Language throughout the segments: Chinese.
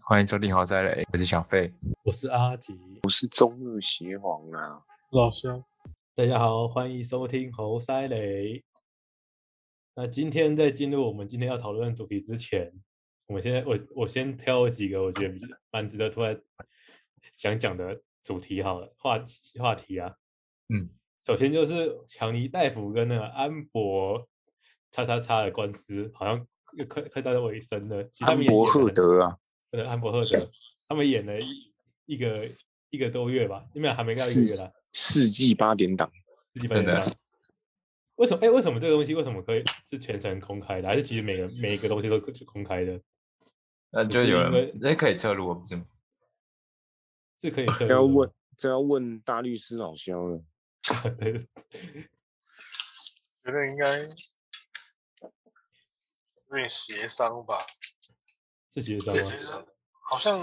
欢迎收听豪宅雷，我是小费。 我是阿吉， 我是中日协皇啊， 老乡， 大家好，欢迎收听猴塞雷。那今天在进入我们今天要讨论的主题之前，我先挑几个我觉得蛮值得突然想讲的主题好了，话题啊。首先就是强尼戴普跟那个安博XXX的官司，好像快到尾声了。 安博赫德啊， 安博赫德，他们演了一个多月吧，因为还没到一个月啦。 世纪8点档， 世纪8点档。为什么这个东西为什么可以是全程公开的？还是其实每一个东西都是公开的？ 就有人那可以侧录，不是吗？ 是可以侧录。 这要问大律师老肖了。 觉得应该有点协商吧？ 是协商吗？ 好像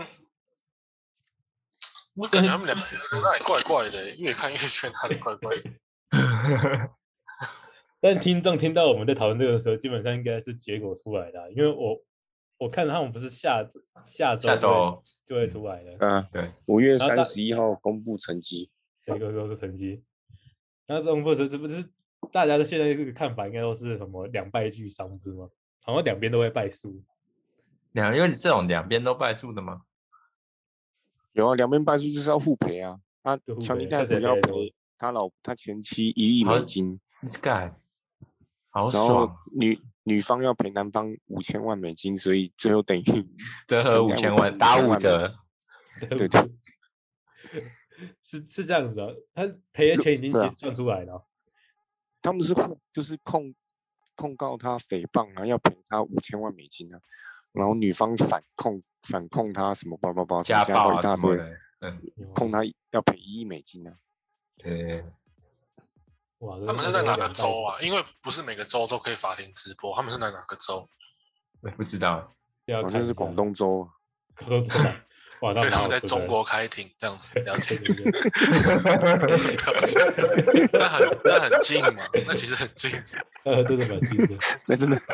我感觉他们两个那里怪怪的，越看越觉得他怪怪的。 但听众听到我们在讨论这个的时候，基本上应该是结果出来的，因为我看他们不是下周就会出来的。 对，5月31号公布成绩。 对，公布成绩。那这公布这不是大家的现在这个看法，应该都是什么两败俱伤，不是吗？好像两边都会败诉。 因为这种两边都败诉的吗？ 有啊，两边败诉就是要互赔啊。强尼戴普要赔他前妻1亿美金， 干，好爽。 然后女方要赔男方5000万美金，所以最后等于折合5000万，打5折。 对， 是这样子啊。他赔的钱已经算出来了。 他们就是控告他诽谤，然后要赔他5000万美金啊。然后女方反控他什么家暴一大堆，控他要赔1亿美金啊。 对， 哇， 他们是在哪个州啊？因为不是每个州都可以法庭直播，他们是在哪个州？ 我不知道， 好像是广东州。 广东州啊。哇， 所以他们在中国开庭这样子，了解。那很近嘛？那其实很近。 真的蛮近的。 那真的。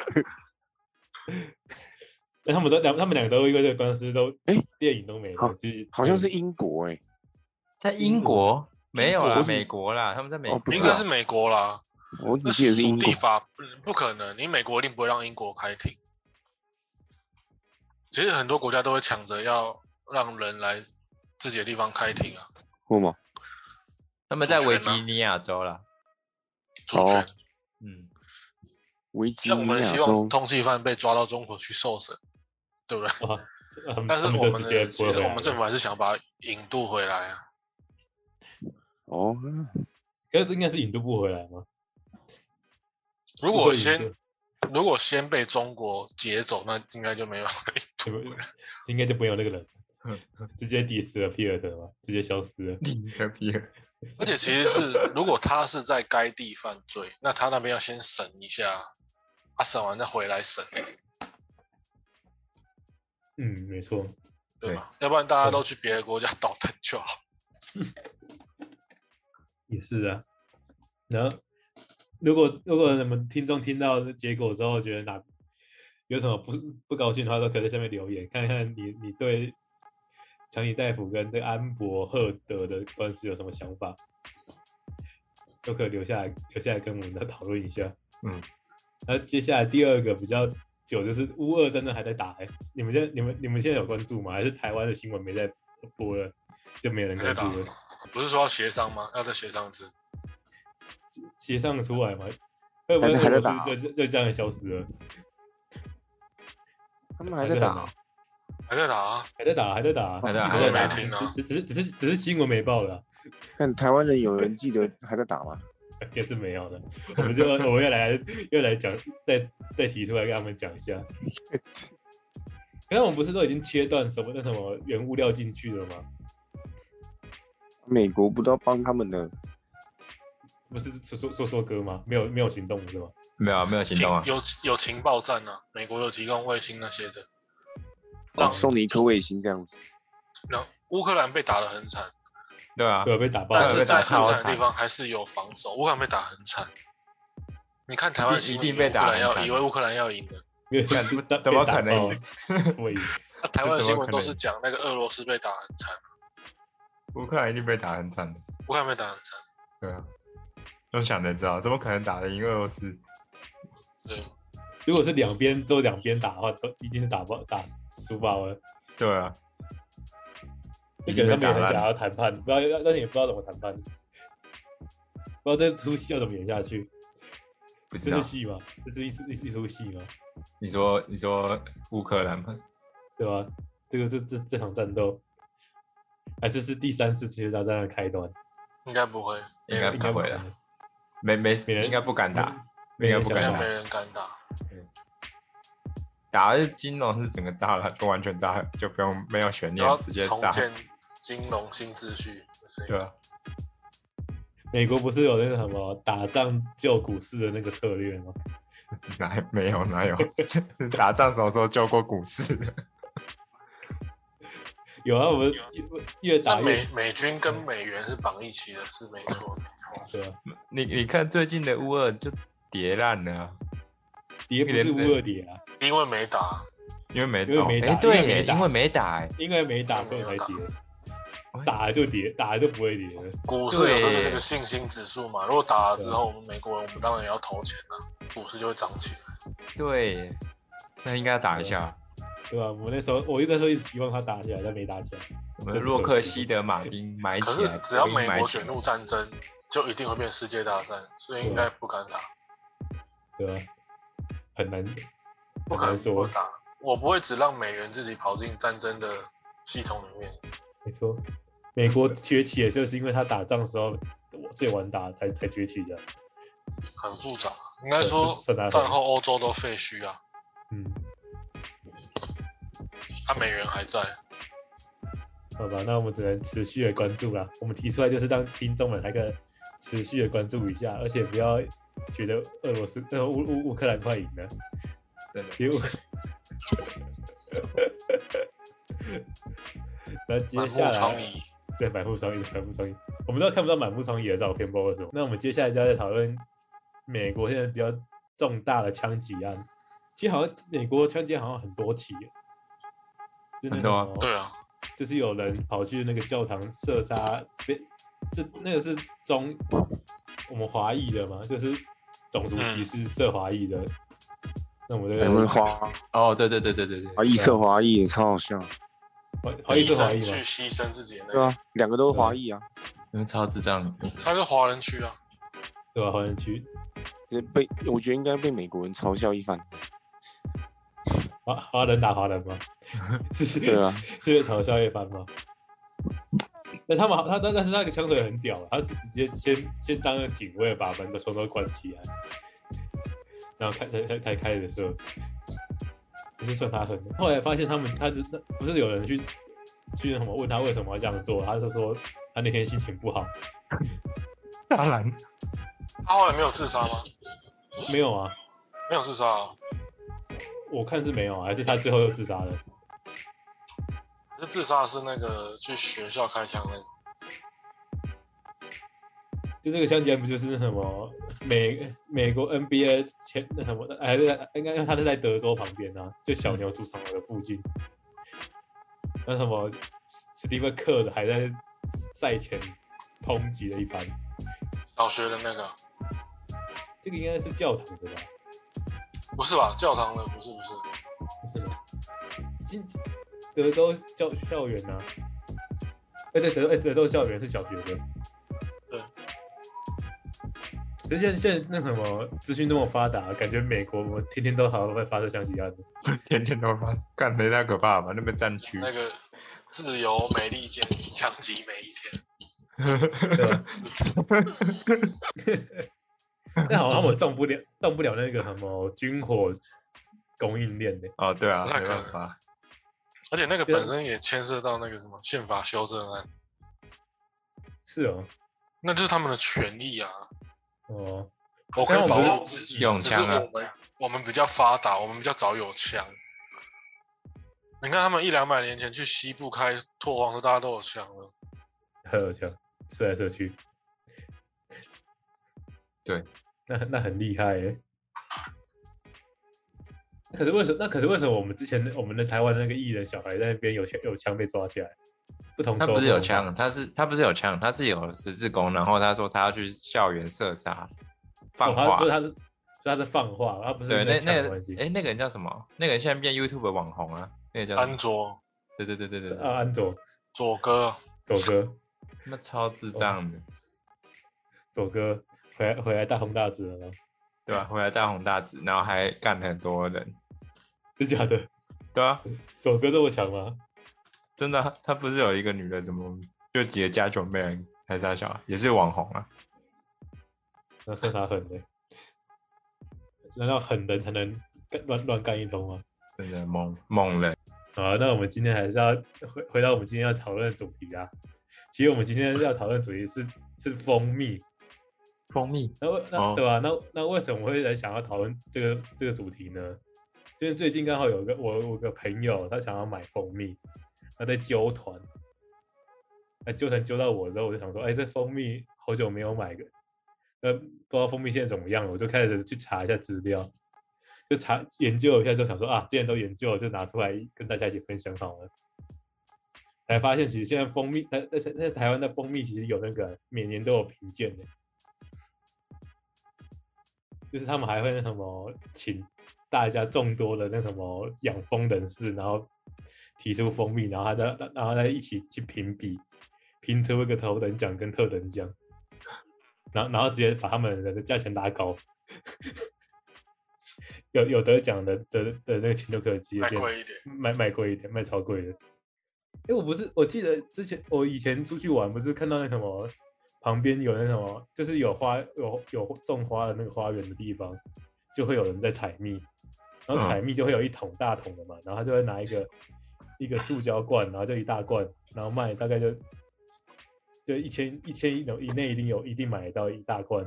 他们两个都因为这个官司都电影都没了， 好像是英国在英国没有啦，美国啦，他们在美国， 应该是美国啦。 我只记得是英国。 地法不可能，你美国一定不会让英国开庭。其实很多国家都会抢着要让人来自己的地方开庭啊。 为什么？ 他们在维吉尼亚州啦。 主权。 维吉尼亚州。 像我们希望通缉犯被抓到中国去受审，对不对？但是其实我们政府还是想把引渡回来啊。 可是应该是引渡不回来吗？ 如果先被中国劫走，那应该就没有应该就没有那个人，直接抵死了皮尔德嘛，直接消失了。 而且其实是，如果他是在该地犯罪，那他那边要先审一下，审完再回来审。 没错， 对吧？要不然大家都去别的国家捣蛋就好。 也是啊。然后，如果你们听众听到结果之后，觉得有什么不高兴的话，都可以在下面留言，看看你对强尼戴普跟这个安博赫德的官司有什么想法，都可以留下来跟我们讨论一下。那接下来第二个比较久，就是乌俄真的还在打。你们现在有关注吗？还是台湾的新闻没在播了，就没人关注了？ 不是说要协商吗？要在协商之协商出来吗？会不会还在打？ 就这样消失了？ 他们还在打。 还在打啊！ 还在打， 我没听啊。 只是新闻没报了。 看台湾人有人记得还在打吗？ 应该是没有的。我要来讲，再提出来跟他们讲一下。可是我们不是都已经切断什么原物料进去了吗？ 美国不都要帮他们的？ 不是说歌吗？没有行动是吗？ 没有行动啊。 有情报站啊，美国有提供卫星那些的。 送你一颗卫星这样子。 乌克兰被打得很惨。 对啊， 被打爆。 但是在很惨的地方还是有防守。乌克兰被打很惨。你看台湾新闻， 一定被打很惨， 以为乌克兰要赢了。 怎么可能赢？ 台湾的新闻都是讲那个俄罗斯被打很惨， 乌克兰一定被打很惨的。 乌克兰被打很惨。 对啊，都想得知道，怎么可能打得赢俄罗斯？ 对， 如果是两边打的话，都一定是打输爆了。 对啊， 就可能他们也很想要谈判，但是也不知道怎么谈判，不知道这出戏要怎么演下去。这是戏吗？这是一出戏吗？ 你说乌克兰吗？ 对吧？这场战斗，还是第3次世界大战的开端？ 应该不会， 应该不会了。没应该不敢打，应该不敢打， 没人敢打。 打的是金融是整个炸了，就完全炸了，就没有悬念，直接炸。 重建金融新秩序。 对啊。 美国不是有那个什么打仗救股市的那个策略吗？ 哪有？打仗什么时候救过股市？ 有啊，我们越打越美军跟美元是绑一起的，是没错。 对啊， 你看最近的乌俄就跌烂了啊。 跌不是乌俄跌啊， 因为没打。 因为没打， 对耶，因为没打， 因为没打所以才跌。打了就跌，打了就不会跌了。 股市有时候就是个信心指数嘛，如果打了之后，我们美国人我们当然也要投钱啊，股市就会涨起来。 对，那应该要打一下， 对吧？我那时候一直希望他打起来，但没打起来。 我们洛克希德马丁买起来， 可是只要美国卷入战争，就一定会变世界大战，所以应该不敢打。 对啊，很难， 不可能说打。我不会只让美元自己跑进战争的系统里面。 没错。美国崛起也就是因为他打仗的时候最晚打才崛起的， 很复杂。应该说战后欧洲都废墟啊。美元还在。 好吧，那我们只能持续的关注啦。我们提出来就是让听众们来个持续的关注一下，而且不要觉得乌克兰快赢了。 真的。 那接下来。对，满目疮痍。我们都看不到满目疮痍的照片，不知道为什么。那我们接下来就要再讨论美国现在比较重大的枪击案。其实好像美国枪击案好像很多起， 很多啊。 对啊， 就是有人跑去那个教堂射杀，那个是我们华裔的嘛，就是种族歧视射华裔的。那我们对， 华裔射华裔也超好笑。 华裔是华裔吗？ 去牺牲自己的那个。 对啊，2个都是华裔啊。 超智障。 他是华人区啊。 对吧？华人区。 我觉得应该被美国人嘲笑一番。 华人打华人吗？ 对啊。 是被嘲笑一番吗？但是那个枪手也很屌，他是直接先当个警卫，把门全都关起来，然后开始射。是算他狠的。后来发现他不是有人去什么问他为什么要这样做，他就说他那天心情不好。 当然， 他后来没有自杀吗？ 没有啊， 没有自杀啊。 我看是没有啊，还是他最后又自杀了？ 是自杀是那个去学校开枪那个。 就这个枪击案不就是那什么美国 NBA 那什么，还是应该他是在德州旁边啊，就小牛主场的附近。那什么史蒂芬克还在赛前抨击了一番。 小学的那个。 这个应该是教堂的吧？ 不是吧？教堂的不是吗？德州校园啊。对，德州校园是小学的。 对。 可是现在那什么资讯那么发达，感觉美国我天天都好像会发生枪击案的， 天天都发，干没太可怕吧？那边战区那个自由美利坚枪击每一天， 但好像我动不了那个什么军火供应链的。 哦，对啊，没办法。 而且那个本身也牵涉到那个什么宪法修正案。 是哦， 那就是他们的权利啊。 哦， 我可以保护自己， 用枪啊。 我们比较发达，我们比较早有枪。你看他们100-200年前去西部开拓荒的时候，大家都有枪了。 还有枪，射来射去。 对， 那很厉害耶。 可是为什么我们之前我们的台湾那个艺人小孩在那边有枪被抓起来？不同州他不是有枪，他不是有枪，他是有十字弓，然后他说他要去校园射杀，放话， 所以他是放话，他不是对那个那个人叫什么？那个人现在变 YouTube 网红啊，那个叫安卓， 对啊，安卓左哥， 那超智障的， 左哥回来大红大紫了吗？ 对吧？回来大红大紫，然后还干很多人， 是假的？ 对啊， 左哥这么强吗？ 真的啊，他不是有一个女的怎么就几个家九妹还是啥小，也是网红啊？ 那算他狠的，难道狠人才能乱干一通吗？ 真的猛人。 好，那我们今天还是要回到我们今天要讨论的主题啊。其实我们今天要讨论的主题是蜂蜜。 蜂蜜？ 那对吧？那为什么我会想要讨论这个主题呢？就是最近刚好有个朋友，他想要买蜂蜜。他在揪团，揪团揪到我之后，我就想说，这蜂蜜好久没有买个，不知道蜂蜜现在怎么样了，我就开始去查一下资料，就研究一下，就想说既然都研究了，就拿出来跟大家一起分享好了。才发现其实现在蜂蜜在台湾的蜂蜜其实有那个每年都有评鉴的，就是他们还会那什么请大家众多的那什么养蜂人士，然后提出蜂蜜，然后再一起去评比，评出一个头等奖跟特等奖，然后直接把他们的价钱拉高，有得奖的那个钱就可以直接卖贵一点， 卖贵一点，卖超贵的。我记得我以前出去玩，不是看到那什么旁边有那什么，就是有种花的那个花园的地方，就会有人在采蜜，然后采蜜就会有一桶大桶的嘛，然后他就会拿一个塑胶罐，然后就一大罐，然后卖大概就1000以内一定买得到一大罐。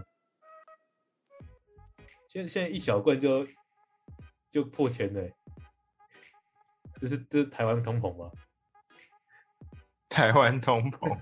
现在一小罐就破千了，这是台湾通膨吗？ 台湾通膨，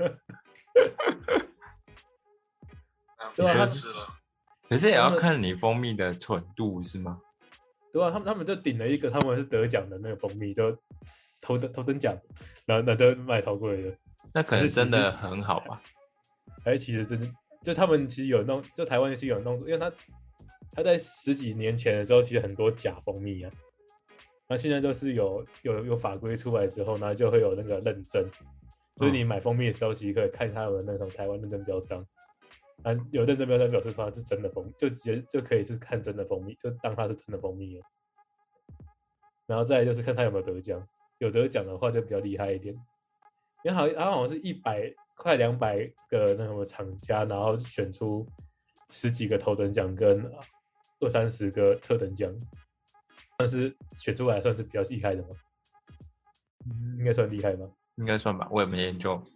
对啊，吃了。 可是也要看你蜂蜜的纯度是吗？ 对啊，他们就顶了一个他们是得奖的那个蜂蜜，就头等奖，然后就卖超贵的。 那可能真的很好吧？ 其实真的，就他们其实有弄，就台湾其实有弄，因为他在10几年前的时候，其实很多假蜂蜜啊。那现在就是有法规出来之后，然后就会有那个认证，所以你买蜂蜜的时候，其实可以看它有那种台湾认证标章。有认证标章表示说它是真的蜂蜜，就直接就可以是看真的蜂蜜，就当它是真的蜂蜜了。然后再来就是看它有没有得奖，有得奖的话就比较厉害一点。因为好像是100快200个那什么厂家，然后选出10几个头等奖跟20-30个特等奖，算是选出来算是比较厉害的吗？应该算厉害吗？ 应该算吧，我也没研究。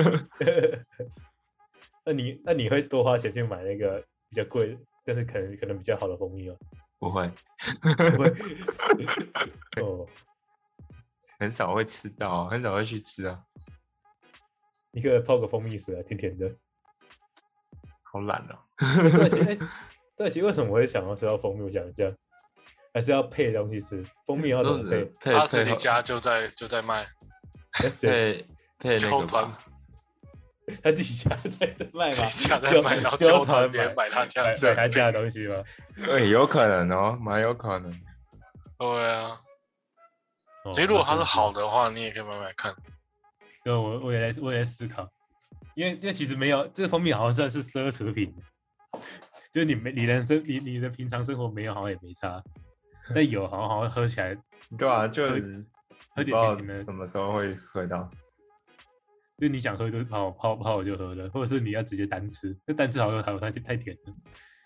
那你会多花钱去买那个比较贵，但是可能比较好的蜂蜜吗？ 不会， 不会。哦， 很少会吃到，很少会去吃啊。 你可以泡个蜂蜜水啊，甜甜的。 好懒哦。 对，其实为什么我会想要吃到蜂蜜？我讲一下，还是要配东西吃。蜂蜜要怎么配？ 他自己家就在卖。 配那个吧。 他自己家在卖吗？ 自己家在卖，然后纠团别人买他家的东西吗？ 对，有可能哦，蛮有可能。 对啊。其实如果它是好的话，你也可以买买看。 对，我也在思考，因为其实没有这个蜂蜜好像算是奢侈品，就是你的平常生活没有好像也没差，但有好像喝起来。 对啊，就喝点甜甜的。 什么时候会喝到？ 就你想喝就泡就喝了，或者是你要直接单吃，这单吃好像太甜了。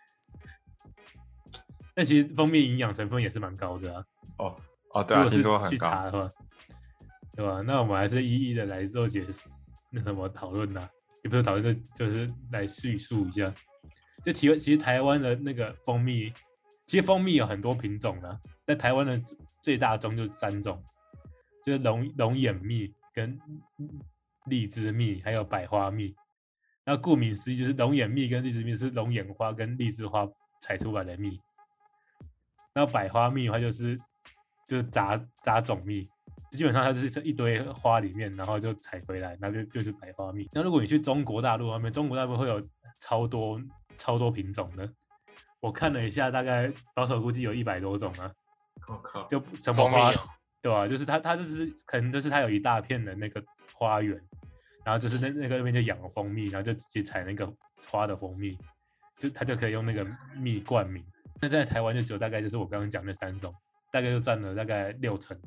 但其实蜂蜜营养成分也是蛮高的啊。 对啊，听说很高。去查的话，对吧？那我们还是一一的来做那什么讨论啊，也不是讨论，就是来叙述一下。就其实台湾的那个蜂蜜，其实蜂蜜有很多品种啊，在台湾的最大宗就是3种，就是龙眼蜜跟荔枝蜜还有百花蜜。那顾名思义，就是龙眼蜜跟荔枝蜜是龙眼花跟荔枝花采出来的蜜。那百花蜜的话，就是就是杂种蜜，基本上它是一堆花里面，然后就采回来，然后就是百花蜜。那如果你去中国大陆那边，中国大陆会有超多品种的，我看了一下，大概保守估计有100多种啊。 我靠， 就什么花，对吧？就是它就是可能就是它有一大片的那个花园，然后就是那边就养了蜂蜜，然后就直接采那个花的蜂蜜，它就可以用那个蜜冠名。那在台湾就只有大概就是我刚刚讲那3种，大概就占了大概60%，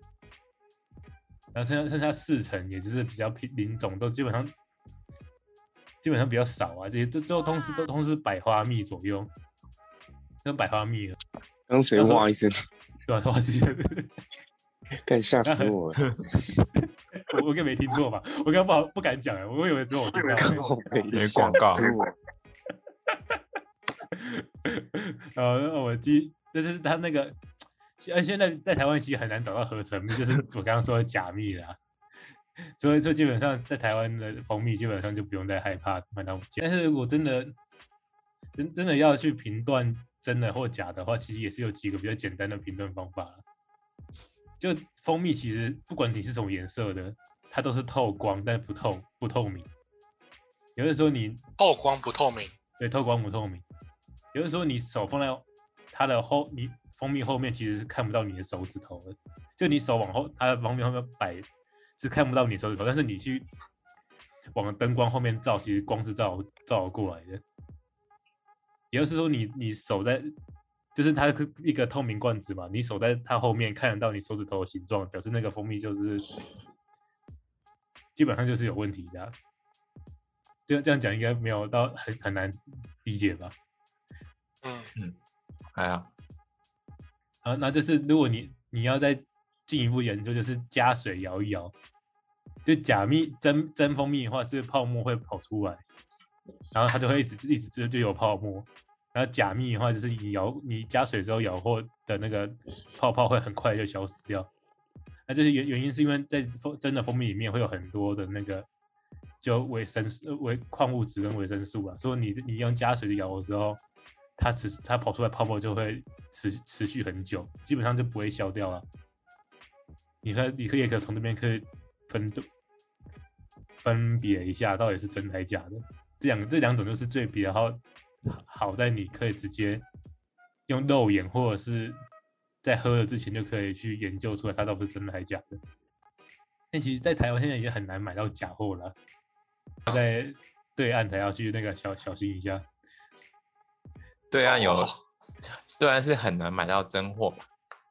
然后剩下40%，也就是比较品种都基本上比较少啊，这些都通是百花蜜左右，跟百花蜜了。 刚谁哇一声？ 对吧？哇一声， 干吓死我了！ 我应该没听错吧？我刚刚不敢讲哎，我以为只有我听到。 没广告。 就是他那个，现在在台湾其实很难找到合成蜜，就是我刚刚说的假蜜啦。所以基本上在台湾的蜂蜜基本上就不用再害怕买到假。但是如果真的要去评断真的或假的话，其实也是有几个比较简单的评断方法啦。就蜂蜜其实不管你是什么颜色的，它都是透光但不透明。有的时候你透光不透明， 对，透光不透明。有的时候你手放在它的你蜂蜜后面，其实是看不到你的手指头的。就你手往后，它的蜂蜜后面摆是看不到你手指头，但是你去往灯光后面照，其实光是照过来的。也就是说你手在，就是它一个透明罐子嘛，你手在它后面看得到你手指头的形状，表示那个蜂蜜就是基本上就是有问题的啊。这样讲应该没有到很难理解吧？ 还好。 那就是如果你要再进一步研究，就是加水摇一摇。就假蜜真蜂蜜的话，是泡沫会跑出来，然后它就会一直就有泡沫。然后假蜜的话，就是你加水之后摇或的那个泡泡会很快就消失掉。那就是原因是因为在真的蜂蜜里面会有很多的那个就矿物质跟维生素啊，所以你用加水摇的时候，它跑出来泡沫就会持续很久，基本上就不会消掉了。你可以从这边可以分别一下到底是真还假的。这两种就是最比较好在你可以直接用肉眼或者是在喝了之前就可以去研究出来它到底是真的还是假的。但其实在台湾现在也很难买到假货了，在对岸才要去那个小心一下。 对岸是很难买到真货吧？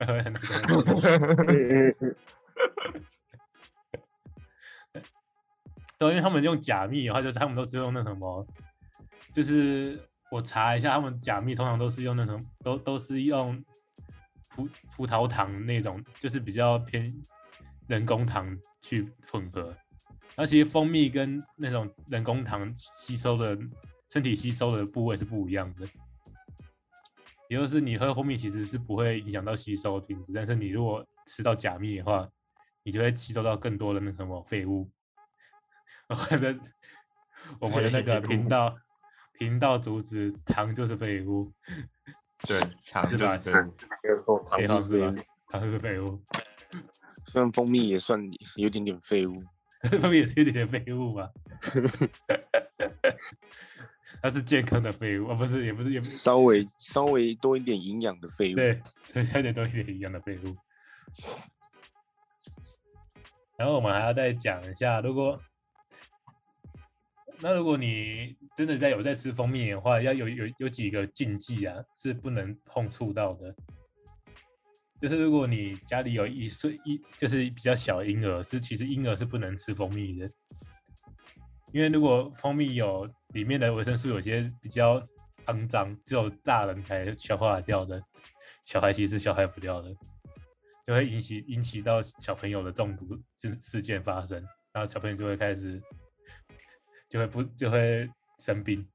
对，因为他们用假蜜的话，就是他们都只用那什么，就是我查一下，他们假蜜通常都是用那种都是用葡萄糖那种，就是比较偏人工糖去混合。而其实蜂蜜跟那种人工糖身体吸收的部位是不一样的。也就是你喝蜂蜜其实是不会影响到吸收品质，但是你如果吃到假蜜的话，你就会吸收到更多的那什么废物。我们的那个频道主旨，糖就是废物。 对，糖就是废物。 糖是吧？糖就是废物。 虽然蜂蜜也算有点废物， 蜂蜜也是有点废物嘛。它是健康的废物，不是，也不是， 稍微多一点营养的废物。 对，稍微多一点营养的废物。然后我们还要再讲一下，如果你真的有在吃蜂蜜的话，要有几个禁忌啊，是不能碰触到的。就是如果你家里有就是比较小的婴儿，其实婴儿是不能吃蜂蜜的，因为如果蜂蜜里面的维生素有些比较肮脏，只有大人才消化掉的，小孩其实消化不掉的，就会引起到小朋友的中毒事件发生，然后小朋友就会开始就会生病。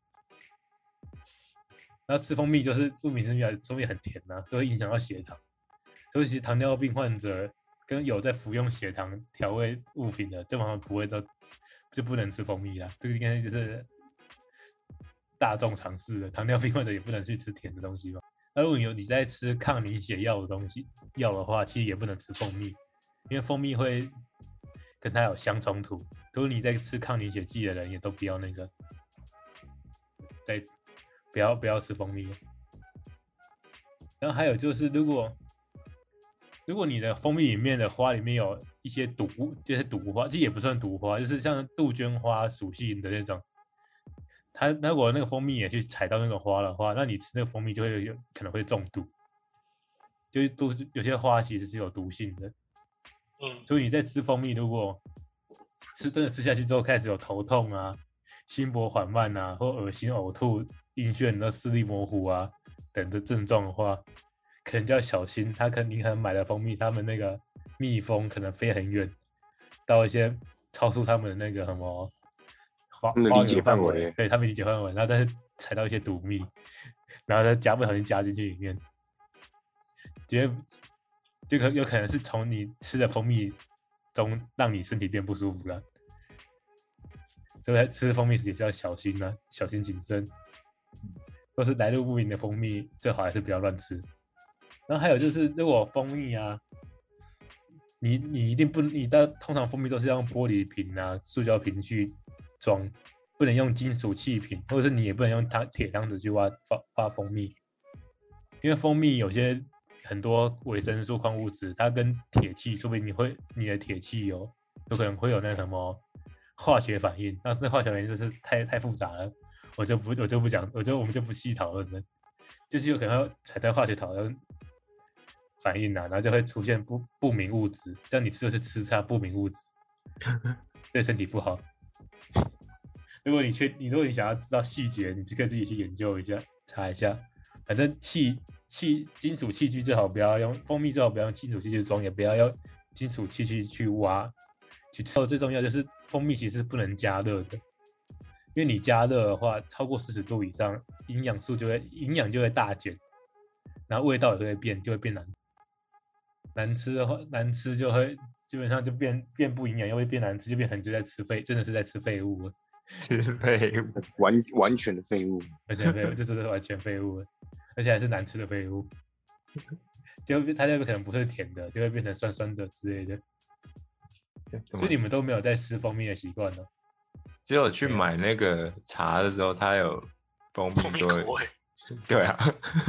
然后吃蜂蜜就是顾名思义，蜂蜜很甜啊，就会影响到血糖。所以其实糖尿病患者跟有在服用血糖调味物品的，基本上不会就不能吃蜂蜜啦。这个应该就是大众常识的，糖尿病患者也不能去吃甜的东西吧。 如果你在吃抗凝血药的话，其实也不能吃蜂蜜，因为蜂蜜会跟它有相冲突。如果你在吃抗凝血剂的人，也都不要那个，不要吃蜂蜜。然后还有就是，如果你的蜂蜜里面的花里面有一些就是毒花，这也不算毒花，就是像杜鹃花属性的那种。它如果那个蜂蜜也去采到那种花的话，那你吃那个蜂蜜就会可能会中毒。就是有些花其实是有毒性的，所以你在吃蜂蜜，如果真的吃下去之后开始有头痛啊、心搏缓慢啊，或恶心、呕吐、晕眩、视力模糊啊等的症状的话，可能就要小心。你可能买的蜂蜜，他们那个蜜蜂可能飞很远，到一些超出他们的那个什么花理解范围， 对他们理解范围，然后但是采到一些毒蜜，然后再不小心加进去里面。就有可能是从你吃的蜂蜜中让你身体变不舒服了，所以吃蜂蜜时也是要小心啊，小心谨慎。若是来路不明的蜂蜜，最好还是不要乱吃。然后还有就是，如果蜂蜜啊，你一定不，通常蜂蜜都是要用玻璃瓶啊、塑胶瓶去装，不能用金属气瓶，或者是你也不能用铁汤匙去发蜂蜜，因为蜂蜜有些很多维生素、矿物质，它跟铁器，说不定你的铁器有可能会有那什么化学反应。那化学反应就是太复杂了，我就不讲，我们就不细讨论了。就是有可能会踩在化学讨论反应啊，然后就会出现不明物质，这样你吃的是吃差不明物质，对身体不好。如果你想要知道细节，你可以自己去研究一下，查一下。反正金属器具最好不要用，蜂蜜最好不要用金属器具装，也不要用金属器具去挖去吃。最重要就是蜂蜜其实不能加热的，因为你加热的话，超过40度以上，营养就会大减，然后味道也会就会变难吃的话，难吃就会基本上就变不营养，又会变难吃，就变成就在吃真的是在吃废物了。 吃废物， 完全的废物， 而且废物，这真的是完全废物了，而且还是难吃的废物。它就可能不是甜的，就会变成酸酸的之类的。所以你们都没有在吃蜂蜜的习惯呢？ 只有去买那个茶的时候，它有蜂蜜口味。对啊。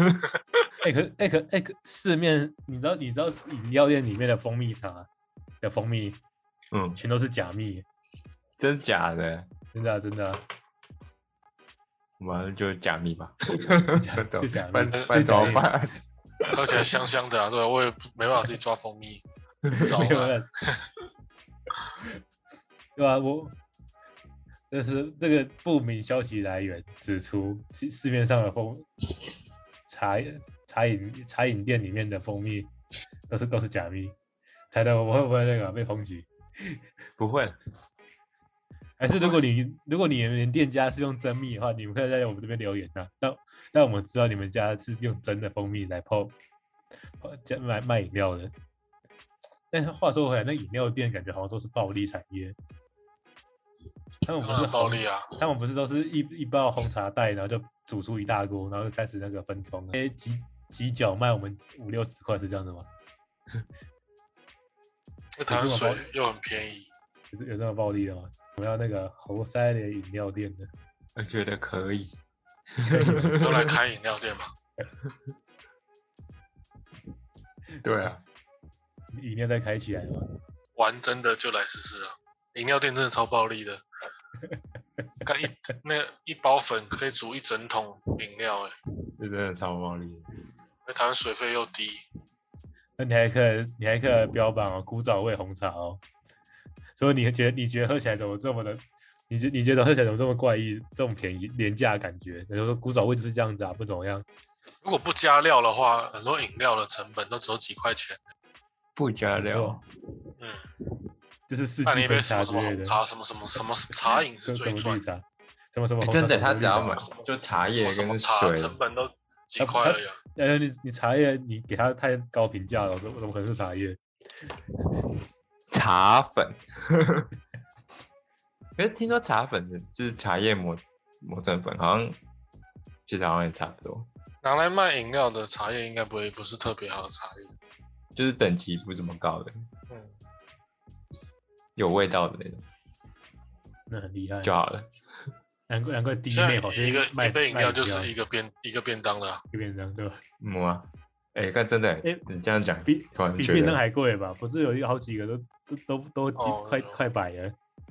可市面你知道饮料店里面的蜂蜜茶的蜂蜜，全都是假蜜。 真假的？ 真的啊，真的啊。 我们就假蜜吧。 就假蜜， 不怎么办？ 喝起来香香的啊，对，我也没办法自己抓蜂蜜，找来。 对啊，就是这个不明消息来源指出，市面上的茶饮店里面的蜂蜜都是假蜜。猜的我会不会那个被抨击？ 不会。 还是如果你们店家是用真蜜的话，你们可以在我们这边留言啊。那我们知道你们家是用真的蜂蜜来卖饮料的。但是话说回来，那饮料店感觉好像都是暴利产业。他们不是暴利啊？ 他们不是都是一包红茶袋，然后就煮出一大锅，然后就开始那个分装，几角卖我们50-60块，是这样的吗？ 台湾水又很便宜， 有这么暴利的吗？我们要那个猴塞的饮料店的， 我觉得可以。 都来开饮料店嘛？ 对啊， 饮料再开起来嘛？ 玩真的就来试试啊！饮料店真的超暴利的，看一包粉可以煮一整桶饮料， 这真的超暴利的。 那台湾水费又低， 那你还可以标榜哦，古早味红茶哦。所以你觉得喝起来怎么这么的？你觉得喝起来怎么这么怪异，这么便宜廉价的感觉？也就是说古早味就是这样子啊，不怎么样。 如果不加料的话，很多饮料的成本都只有几块钱。 不加料， 就是四季春茶之类的。 茶什么茶饮是最赚的。什么红茶？ 真的，他只要买就茶叶跟水， 成本都几块而已。 你茶叶你给他太高评价了，怎么可能是茶叶？ 茶粉。可是听说茶粉就是茶叶磨成粉，其实好像也差不多。 拿来卖饮料的茶叶应该不是特别好的茶叶， 就是等级不怎么高的， 嗯， 有味道的那种那很厉害就好了。 难怪弟现在妹跑去卖一杯饮料饮就是一个便当了、啊， 一便当对吧？ 啊，看真的，你这样讲，突然觉比便当得还贵吧？不是有好几个都快百了，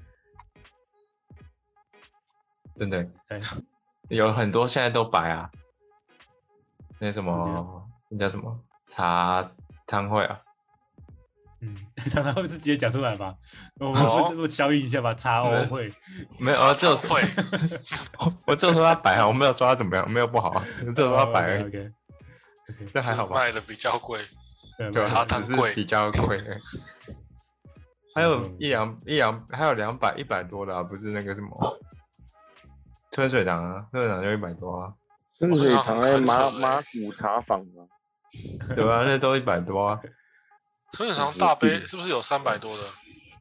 真的才有很多现在都摆啊，那什么那叫什么茶汤会啊？ 常常会直接讲出来吧？我消音一下吧，茶欧会没有， 茶会， 我就说他摆啊，我没有说他怎么样，没有不好啊，就说他摆而已。 OK， 这还好吧？ 卖的比较贵， 对， 茶汤贵， 比较贵。还有还有100多的啊，不是那个什么春水堂啊，春水堂就100多啊。 春水堂在马古茶坊啊， 对啊，那都100多啊。 春水堂大杯是不是有300多的？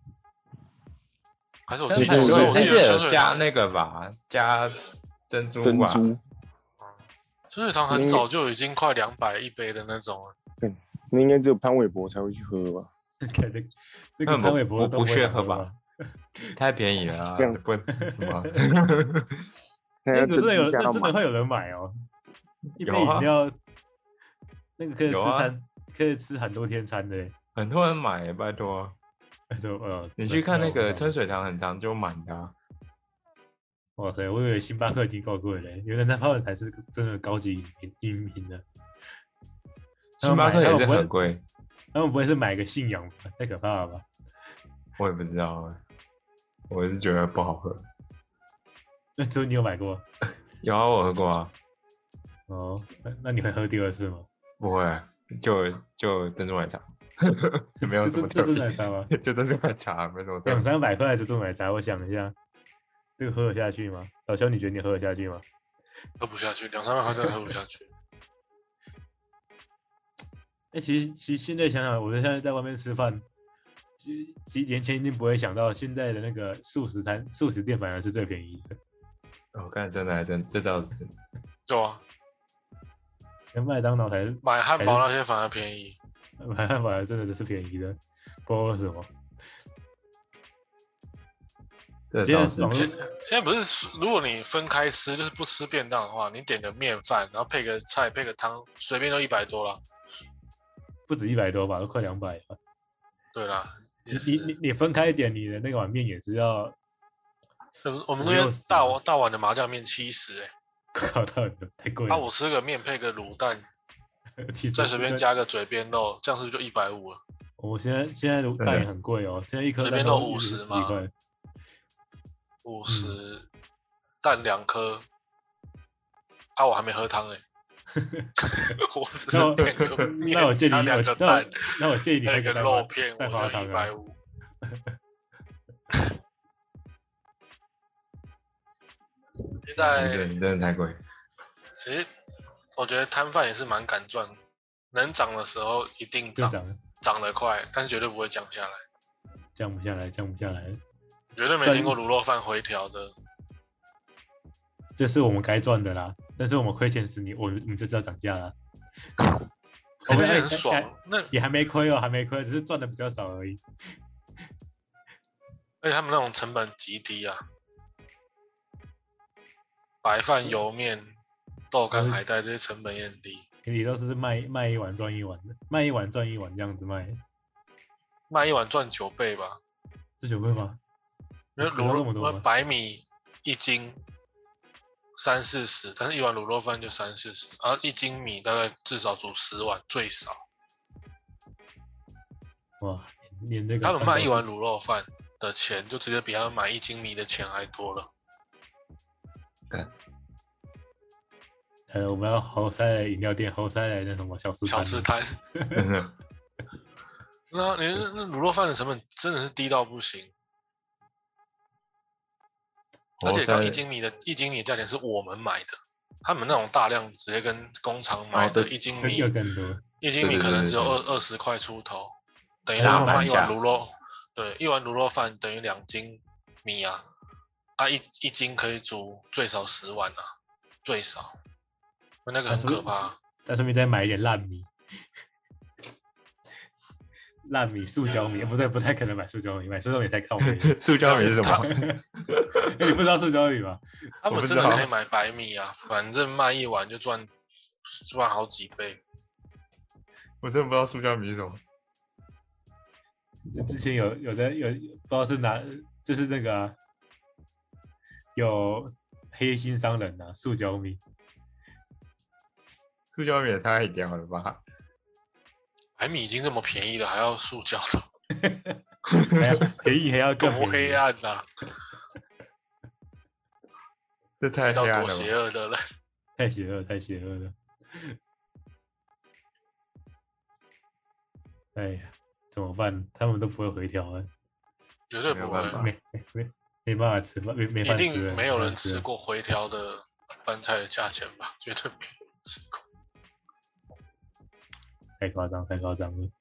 还是我记 300 错？ 那是有加那个吧，加珍珠吧。 春水堂很早就已经快200一杯的那种了。 那应该只有潘玮柏才会去喝吧？ 那个潘玮柏不屑喝吧？太便宜了啊！ 这样不什么？ 那个真的会有人买哦，一杯饮料，那个可以吃很多天餐的， 很多人买，拜托。你去看那个春水堂，很常就满的啊。 哇塞，我以为星巴克已经够贵了，原来他们才是真的高级饮品的。 星巴克也是很贵， 他们不会是买个信仰吧？太可怕了吧？ 我也不知道，我是觉得不好喝。 那之后你有买过？ 有啊，我喝过啊。 哦，那你会喝第二次吗？ 不会，就珍珠奶茶，没有什么特别。 珍珠奶茶吗？ 就珍珠奶茶，没什么特别。 200-300块的珍珠奶茶，我想一下，这个喝得下去吗？老肖，你觉得你喝得下去吗？ 喝不下去，200-300块真的喝不下去。 其实现在想想，我现在在外面吃饭，几年前一定不会想到，现在的那个素食店反而是最便宜的。 我看真的这倒是真的。 对啊， 麦当劳才是买汉堡那些反而便宜， 买汉堡真的是便宜的，不知道为什么。 现在不是，如果你分开吃，就是不吃便当的话，你点个面饭，然后配个菜，配个汤，随便都100多了。 不止100多吧，都快200了。 对啦， 你分开一点，你的那碗面也是要。 我们那边大碗的麻酱面70 靠，太贵了。 我吃个面配个卤蛋，再随便加个嘴边肉，这样是不是就150了？ 我现在卤蛋也很贵哦，现在一颗嘴边肉50嘛，50蛋2颗，我还没喝汤我只是点个面加2个蛋， 那我建议你那个肉片， 蛋花汤啊。 150。现在真的太贵。 其实我觉得摊贩也是蛮敢赚，能涨的时候一定涨得快，但是绝对不会降下来。 降不下来。 绝对没听过卤肉饭回调的。 这是我们该赚的啦，但是我们亏钱时，我们就知道涨价啦。 我们很爽，那也还没亏哦，还没亏，只是赚的比较少而已。 而且他们那种成本极低啊，白饭、油面、豆干、海带这些成本也很低。 你都是卖一碗赚一碗的，卖一碗赚一碗这样子卖。 卖一碗赚9倍吧？ 是9倍吗？ 因为白米1斤30-40，但是一碗卤肉饭就30-40，然后1斤米大概至少煮10碗最少。 哇，连那个他们卖一碗卤肉饭的钱，就直接比他们买1斤米的钱还多了。 我们要豪塞来饮料店，豪塞来那什么小吃摊。 那卤肉饭的成本真的是低到不行，而且刚1斤米价钱是我们买的，他们那种大量直接跟工厂买的1斤米，1斤米可能只有20块出头，等于他们卖一碗卤肉，对，一碗卤肉饭等于2斤米啊，一斤可以煮最少10碗啊，最少。 那个很可怕。 在顺便再买一点烂米。烂米、塑胶米，不太可能买塑胶米，买塑胶米太靠北。 塑胶米是什么？ 你不知道塑胶米吗？ 他们真的可以买白米啊，反正卖一碗就赚好几倍。 我真的不知道塑胶米是什么。 之前有不知道是哪，就是那个、啊、有黑心商人啊，塑胶米。 塑胶米也太屌了吧！ 白米已经这么便宜了，还要塑胶的，便宜还要更多黑暗啊！ 这太黑暗了， 多邪恶的人， 太邪恶了！哎呀，怎么办？他们都不会回调啊， 绝对不会， 没办法吃，没饭吃， 一定没有人吃过回调的饭菜的价钱吧？绝对没有人吃过。 太夸张了。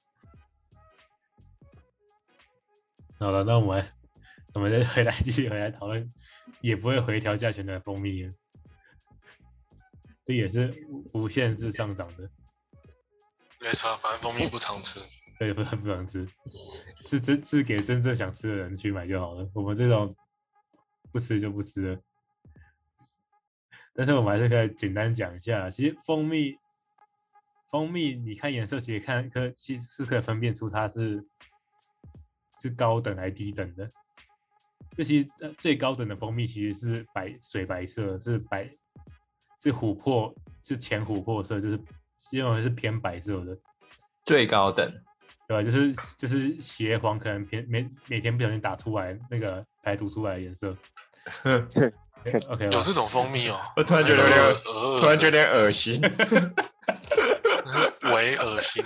好了，那我们再继续回来讨论，也不会回调价钱的蜂蜜了，这也是无限制上涨的。 没差，反正蜂蜜不常吃。 对，不常吃，是给真正想吃的人去买就好了。我们这种不吃就不吃了。但是我们还是可以简单讲一下，其实蜂蜜你看颜色，其实是可以分辨出它是高等还是低等的。就其实最高等的蜂蜜其实是水白色，是琥珀，是浅琥珀色，就是因为是偏白色的。 最高等， 对吧？就是邪黄，可能每天不小心打出来那个排毒出来的颜色。OK， 有这种蜂蜜哦， 我突然觉得有点恶心。 微恶心，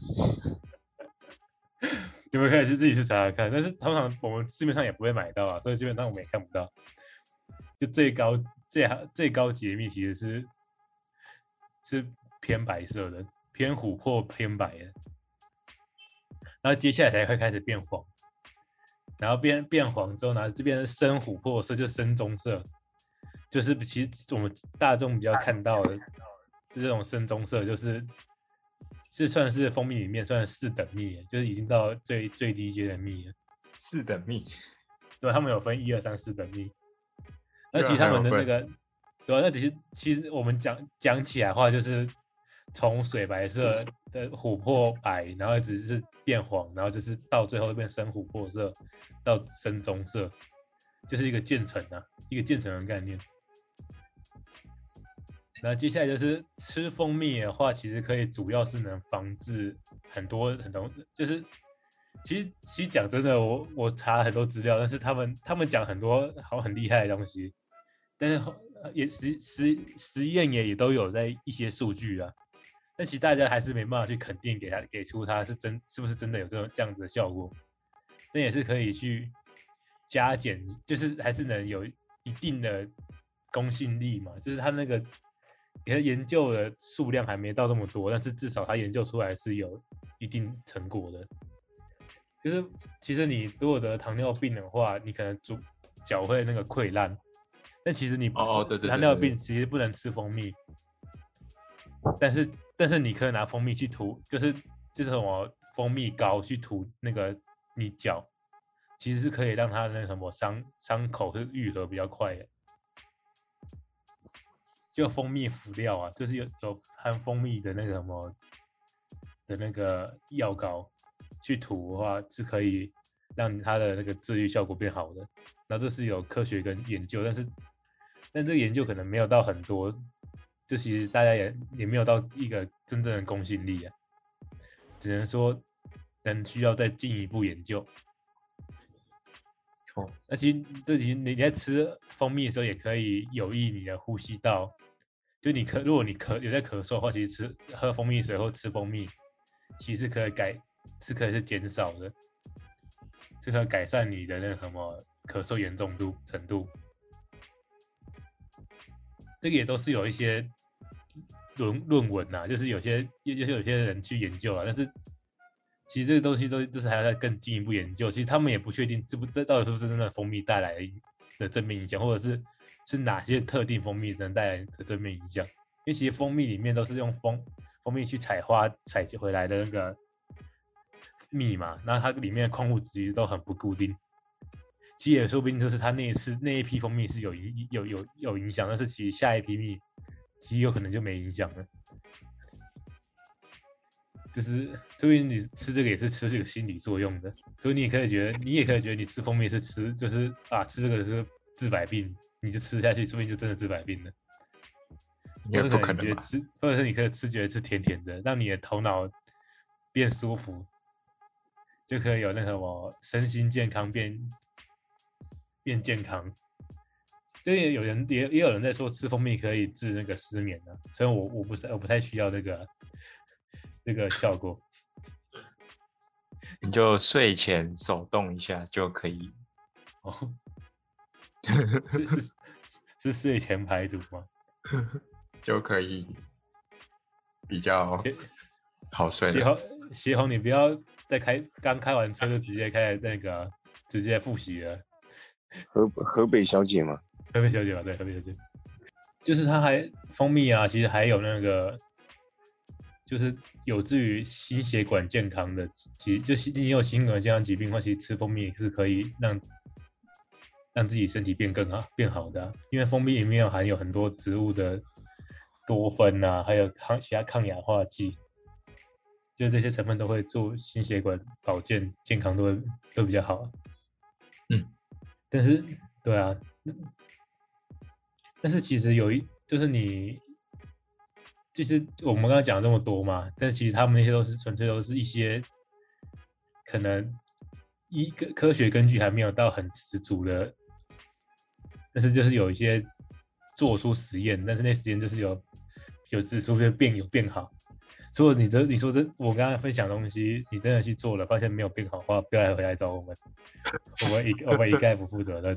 你们可以自己去查查看，但是通常我们市面上也不会买到啊，所以基本上我们也看不到。就最高级的蜜其实是偏白色的，偏琥珀偏白的，然后接下来才会开始变黄，然后变黄之后呢，这边深琥珀色就深棕色，就是其实我们大众比较看到的这种深棕色，是算是蜂蜜里面算是4等蜜，就是已经到最低阶的蜜了。 4等蜜， 对，他们有分1、2、3、4等蜜。那其实他们的那个，对啊，那其实我们讲起来的话，就是从水白色的琥珀白，然后只是变黄，然后就是到最后变深琥珀色，到深棕色，就是一个渐层啊，一个渐层的概念。那接下来就是吃蜂蜜的话，其实可以主要是能防治很多，就是其实讲真的，我查了很多资料，但是他们讲很多好像很厉害的东西，但是也实验也都有在一些数据啊，但其实大家还是没办法去肯定给出它是不是真的有这样子的效果，那也是可以去加减，就是还是能有一定的公信力嘛，就是它那个。研究的数量还没到这么多，但是至少他研究出来是有一定成果的。就是其实你如果得糖尿病的话，你可能脚会那个溃烂，但其实你糖尿病其实不能吃蜂蜜，但是你可以拿蜂蜜去涂，就是什么蜂蜜膏去涂那个你脚，其实是可以让它那个什么伤口是愈合比较快的。就蜂蜜辅料啊，就是有含蜂蜜的那个什么的那个药膏去涂的话，是可以让它的那个治愈效果变好的。然后这是有科学跟研究，但这个研究可能没有到很多，就其实大家也没有到一个真正的公信力啊，只能说需要再进一步研究。那其实你在吃蜂蜜的时候，也可以有益你的呼吸道。就如果你有在咳嗽的话，其实喝蜂蜜水或吃蜂蜜，其实可以是减少的，是可以改善你的那个什么咳嗽严重程度。这个也都是有一些论文啊，就是有些人去研究啊，但是其实这个东西就是还要再更进一步研究。其实他们也不确定这到底是不是真的蜂蜜带来的正面影响，或者是哪些特定蜂蜜能带来的正面影响。 因为其实蜂蜜里面都是用蜂蜜去采回来的那个蜜嘛，那它里面的矿物质其实都很不固定。其实也说不定就是它那一批蜂蜜是有影响，但是其实下一批蜜其实有可能就没影响了。就是所以你吃这个也是吃这个心理作用的，所以你也可以觉得你吃蜂蜜是吃就是吃这个是治百病，你就吃下去，说不定就真的治百病了。 也不可能吧？ 或者是你可以觉得吃甜甜的，让你的头脑变舒服，就可以有那个什么身心健康变健康。所以也有人在说吃蜂蜜可以治那个失眠啊，所以我不太需要这个效果。 你就睡前手动一下就可以。 哦，是睡前排毒吗？ 就可以比较好睡了。 协宏，你不要再刚开完车就直接开那个直接复习了。 河北小姐嘛， 河北小姐嘛，对，河北小姐，就是它还蜂蜜啊，其实还有那个，就是有助于心血管健康的，就是你有心血管健康疾病的话，其实吃蜂蜜是可以让自己身体变好的因为蜂蜜里面含有很多植物的多酚啊，还有其他抗氧化剂，就这些成分都会做心血管保健健康都比较好。但是对啊，但是其实就是其实我们刚刚讲这么多嘛，但是其实他们那些纯粹都是一些可能科学根据还没有到很十足的，但是就是有一些做出实验，但是那实验就是有指出有变好。如果你说我刚刚分享的东西，你真的去做了，发现没有变好的话，不要回来找我们，我们一概不负责任。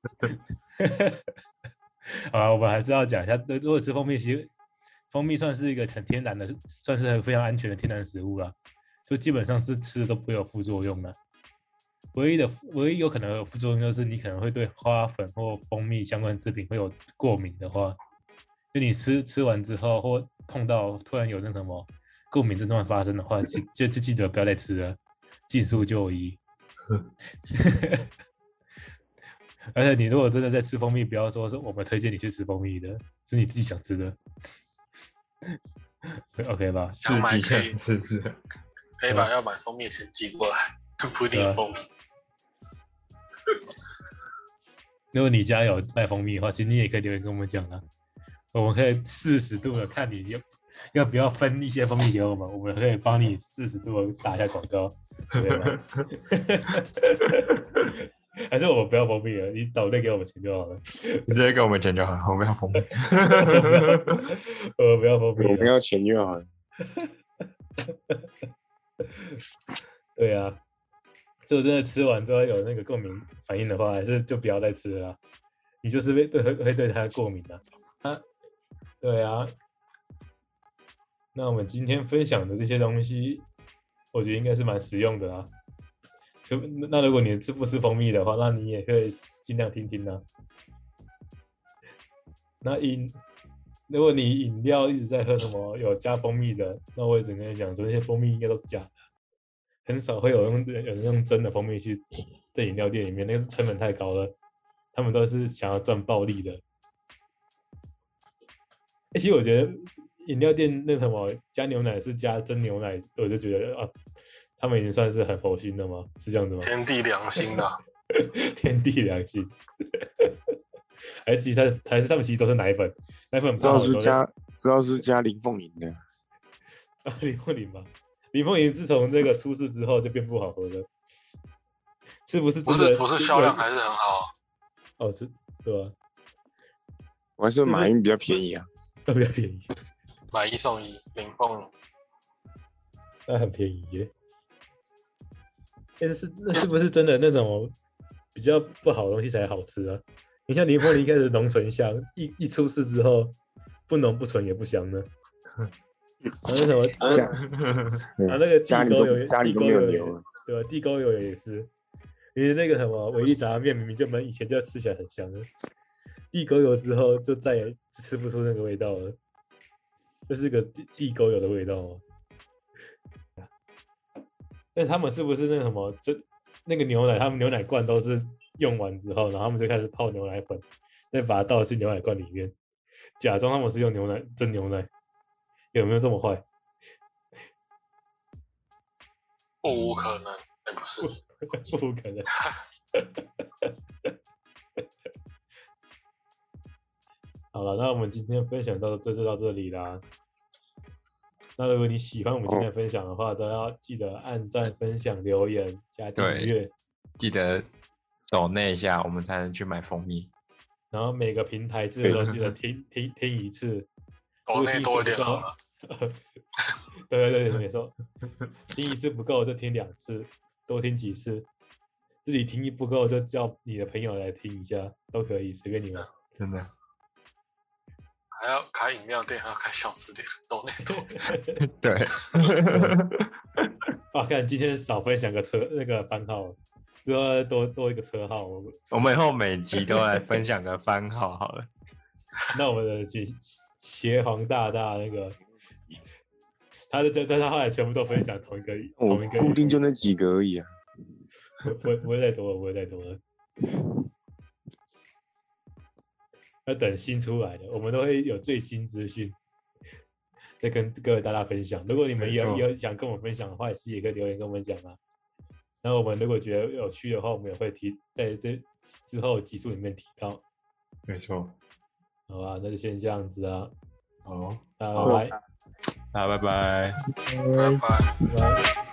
好啦，我们还是要讲一下，如果吃蜂蜜，其实蜂蜜算是一个很天然的，算是非常安全的天然食物啦，就基本上是吃的都不会有副作用的。唯一有可能有副作用就是你可能会对花粉或蜂蜜相关制品会有过敏的话，就你吃完之后或碰到突然有那什么过敏症状发生的话，就记得不要再吃了，尽速就医。而且你如果真的在吃蜂蜜，不要说是我们推荐你去吃蜂蜜的，是你自己想吃的。OK 吧？ 想买可以是可以把要买蜂蜜的钱寄过来，不一定有蜂蜜。 如果你家有卖蜂蜜的话，其实你也可以留言跟我们讲啊，我们可以40度的看你要不要分一些蜂蜜给我们，我们可以帮你40度的打一下广告，对吧？还是我们不要蜂蜜了，你抖内给我们钱就好了。 你直接给我们钱就好了，我们要蜂蜜。 不要蜂蜜， 我们要钱就好了。 对啊，所以真的吃完之后有那个过敏反应的话，还是就不要再吃了啦，你就是会对它过敏的啊。对啊，那我们今天分享的这些东西，我觉得应该是蛮实用的啊。那如果你不吃蜂蜜的话，那你也可以尽量听听啊。那如果你饮料一直在喝什么有加蜂蜜的，那我也只跟你讲说，那些蜂蜜应该都是假的，很少会有人用真的蜂蜜去在饮料店里面，那个成本太高了，他们都是想要赚暴利的。其实我觉得饮料店那什么加牛奶是加真牛奶，我就觉得啊，他们已经算是很佛心了吗？是这样子吗？ 天地良心啊！ 天地良心。其实还是他们其实都是奶粉知道是加林凤营的。 林凤营吗？林凤营自从这个出事之后就变不好喝了，是不是真的？ 不是销量还是很好啊？ 哦，是，对吧？ 我还是马英比较便宜啊。 比较便宜， 买1送1，林凤营， 那很便宜耶。那是不是真的那种比较不好的东西才好吃啊？你像林凤营一开始浓醇香，一出事之后不浓不醇也不香呢。那什么那个家里都没有牛， 对吧？地沟油也是，你那个什么维力炸面明明就以前就吃起来很香的，地沟油之后就再也吃不出那个味道了。 这是个地沟油的味道哦。但他们是不是那个什么，那个牛奶，他们牛奶罐都是用完之后，然后他们就开始泡牛奶粉，再把它倒进牛奶罐里面，假装他们是用蒸牛奶，有没有这么坏？ 不可能，不是， 不可能。好了，那我们今天分享就到这里啦。那如果你喜欢我们今天的分享的话，都要记得按赞、分享、留言、加订阅， 记得抖内一下，我们才能去买蜂蜜。 然后每个平台字都记得听一次， 抖内多一点好了。 对，没错，听一次不够就听2次，多听几次，自己听不够就叫你的朋友来听一下，都可以，随便你们。 真的。 还要开饮料店，还要开小吃店，抖内多。 对。 看今天少分享个那个番号，之后多一个车号。 我们以后每集都来分享个番号好了。 那我们的邪皇大那个，他后来全部都分享同一个， 固定就那几个而已啊， 不会再多了。要等新出来的，我们都会有最新资讯，再跟各位大家分享。如果你们有想跟我们分享的话，也可以留言跟我们讲啊。然后我们如果觉得有趣的话，我们也会在这之后集数里面提到。 没错。 好吧，那就先这样子啊。 好， 大家拜拜。 大家拜拜。 拜拜。